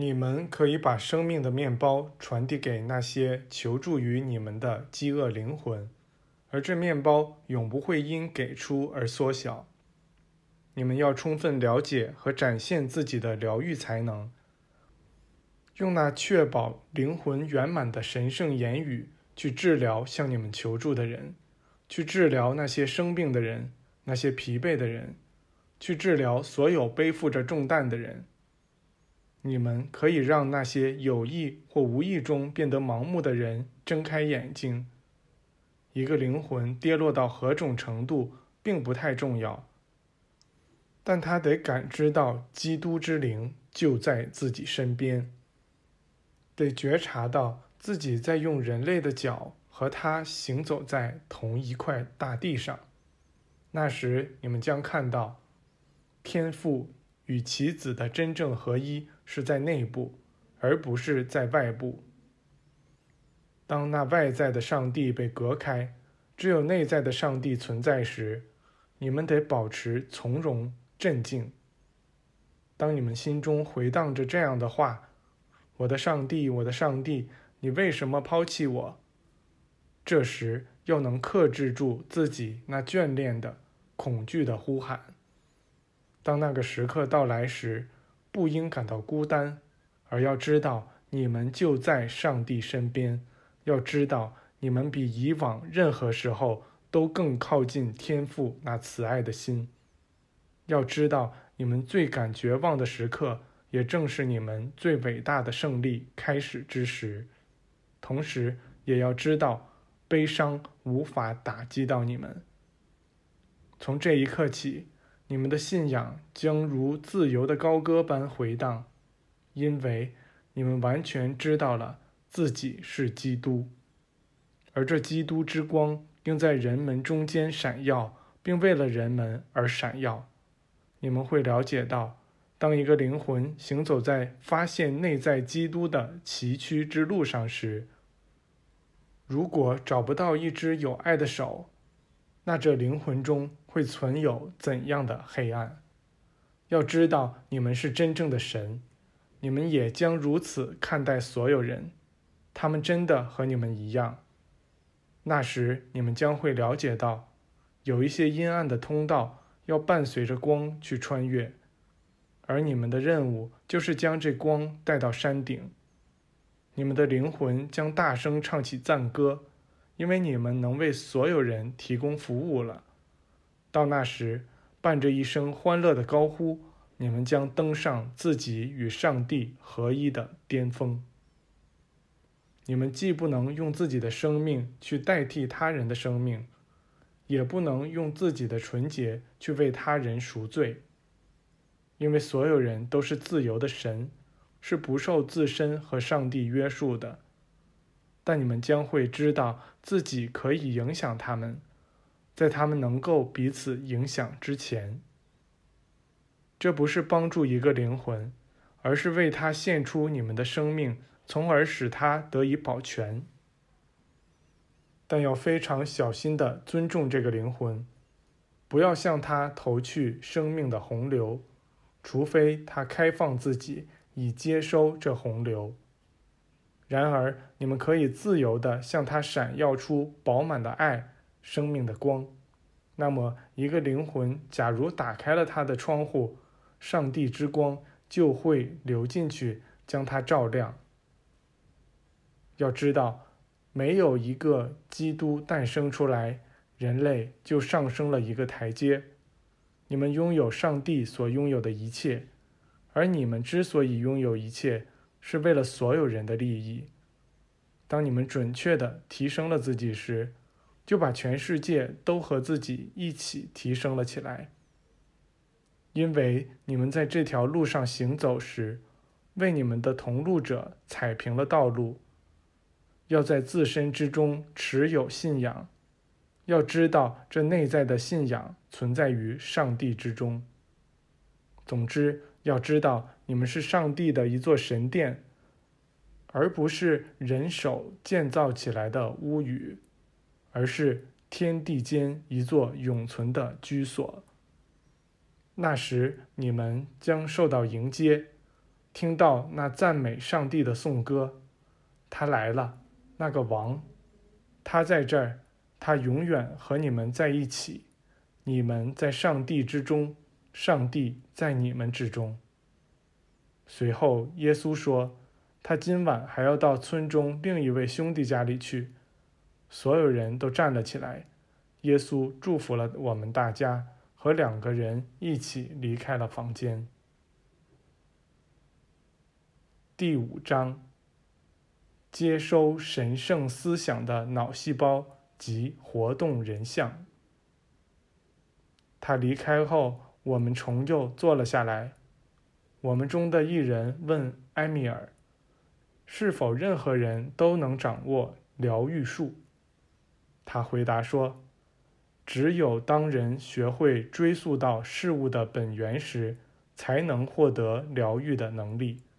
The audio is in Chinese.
你们可以把生命的面包传递给那些求助于你们的饥饿灵魂，而这面包永不会因给出而缩小。你们要充分了解和展现自己的疗愈才能，用那确保灵魂圆满的神圣言语去治疗向你们求助的人，去治疗那些生病的人，那些疲惫的人，去治疗所有背负着重担的人。你们可以让那些有意或无意中变得盲目的人睁开眼睛。一个灵魂跌落到何种程度并不太重要，但他得感知到基督之灵就在自己身边，得觉察到自己在用人类的脚和他行走在同一块大地上。那时你们将看到天父与其子的真正合一是在内部，而不是在外部。当那外在的上帝被隔开，只有内在的上帝存在时，你们得保持从容镇静。当你们心中回荡着这样的话：我的上帝，我的上帝，你为什么抛弃我？这时要能克制住自己那眷恋的恐惧的呼喊。当那个时刻到来时，不应感到孤单，而要知道你们就在上帝身边，要知道你们比以往任何时候都更靠近天父那慈爱的心，要知道你们最感绝望的时刻也正是你们最伟大的胜利开始之时，同时也要知道悲伤无法打击到你们。从这一刻起，你们的信仰将如自由的高歌般回荡，因为你们完全知道了自己是基督，而这基督之光应在人们中间闪耀，并为了人们而闪耀。你们会了解到，当一个灵魂行走在发现内在基督的崎岖之路上时，如果找不到一只有爱的手，那这灵魂中会存有怎样的黑暗？要知道你们是真正的神，你们也将如此看待所有人，他们真的和你们一样。那时你们将会了解到，有一些阴暗的通道要伴随着光去穿越，而你们的任务就是将这光带到山顶。你们的灵魂将大声唱起赞歌，因为你们能为所有人提供服务了。到那时，伴着一声欢乐的高呼，你们将登上自己与上帝合一的巅峰。你们既不能用自己的生命去代替他人的生命，也不能用自己的纯洁去为他人赎罪，因为所有人都是自由的神，是不受自身和上帝约束的。但你们将会知道自己可以影响他们，在他们能够彼此影响之前。这不是帮助一个灵魂，而是为他献出你们的生命，从而使他得以保全。但要非常小心地尊重这个灵魂，不要向他投去生命的洪流，除非他开放自己以接收这洪流。然而你们可以自由地向他闪耀出饱满的爱，生命的光。那么一个灵魂假如打开了他的窗户，上帝之光就会流进去，将它照亮。要知道，没有一个基督诞生出来，人类就上升了一个台阶。你们拥有上帝所拥有的一切，而你们之所以拥有一切，是为了所有人的利益。当你们准确地提升了自己时，就把全世界都和自己一起提升了起来。因为你们在这条路上行走时，为你们的同路者踩平了道路。要在自身之中持有信仰，要知道这内在的信仰存在于上帝之中。总之，要知道你们是上帝的一座神殿，而不是人手建造起来的屋宇，而是天地间一座永存的居所。那时你们将受到迎接， 听到那赞美上帝的颂歌。他来了，那个王，他在这儿，他永远和你们在一起。你们在上帝之中，上帝在你们之中。随后耶稣说，他今晚还要到村中另一位兄弟家里去。所有人都站了起来。耶稣祝福了我们大家，和2个人一起离开了房间。第5章，接收神圣思想的脑细胞及活动人像。他离开后，我们重又坐了下来。我们中的一人问埃米尔，是否任何人都能掌握疗愈术？他回答说，只有当人学会追溯到事物的本源时，才能获得疗愈的能力。